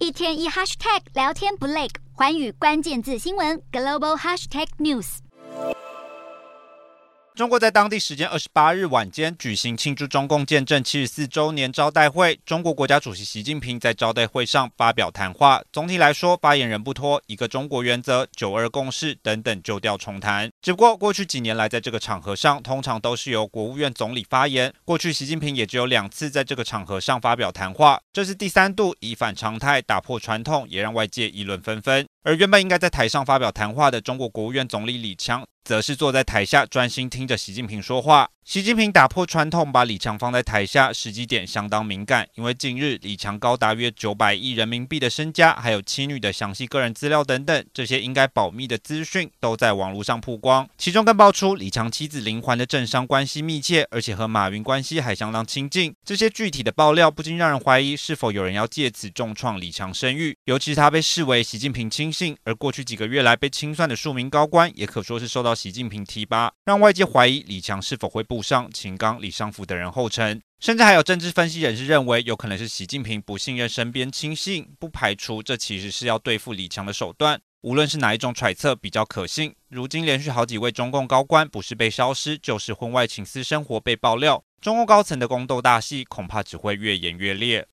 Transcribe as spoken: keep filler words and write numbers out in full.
一天一 hashtag 聊天不累，寰宇关键字新闻 global hashtag news。 中国在当地时间二十八日晚间举行庆祝中共建政七十四周年招待会，中国国家主席习近平在招待会上发表谈话。总体来说，发言人不脱一个中国原则、九二共识等等旧调重弹。只不过过去几年来，在这个场合上，通常都是由国务院总理发言。过去习近平也只有两次在这个场合上发表谈话，这是第三度以反常态打破传统，也让外界议论纷纷。而原本应该在台上发表谈话的中国国务院总理李强，则是坐在台下专心听着习近平说话。习近平打破传统，把李强放在台下，时机点相当敏感，因为近日李强高达约九百亿人民币的身家，还有妻女的详细个人资料等等，这些应该保密的资讯都在网络上曝光。其中更爆出李强妻子林环的政商关系密切，而且和马云关系还相当亲近。这些具体的爆料不禁让人怀疑，是否有人要借此重创李强声誉？尤其是他被视为习近平亲信，而过去几个月来被清算的数名高官，也可说是受到习近平提拔，让外界怀疑李强是否会步上秦刚、李尚福等人后尘。甚至还有政治分析人士认为，有可能是习近平不信任身边亲信，不排除这其实是要对付李强的手段。无论是哪一种揣测比较可信，如今连续好几位中共高官不是被消失，就是婚外情私生活被爆料，中共高层的宫斗大戏恐怕只会越演越烈。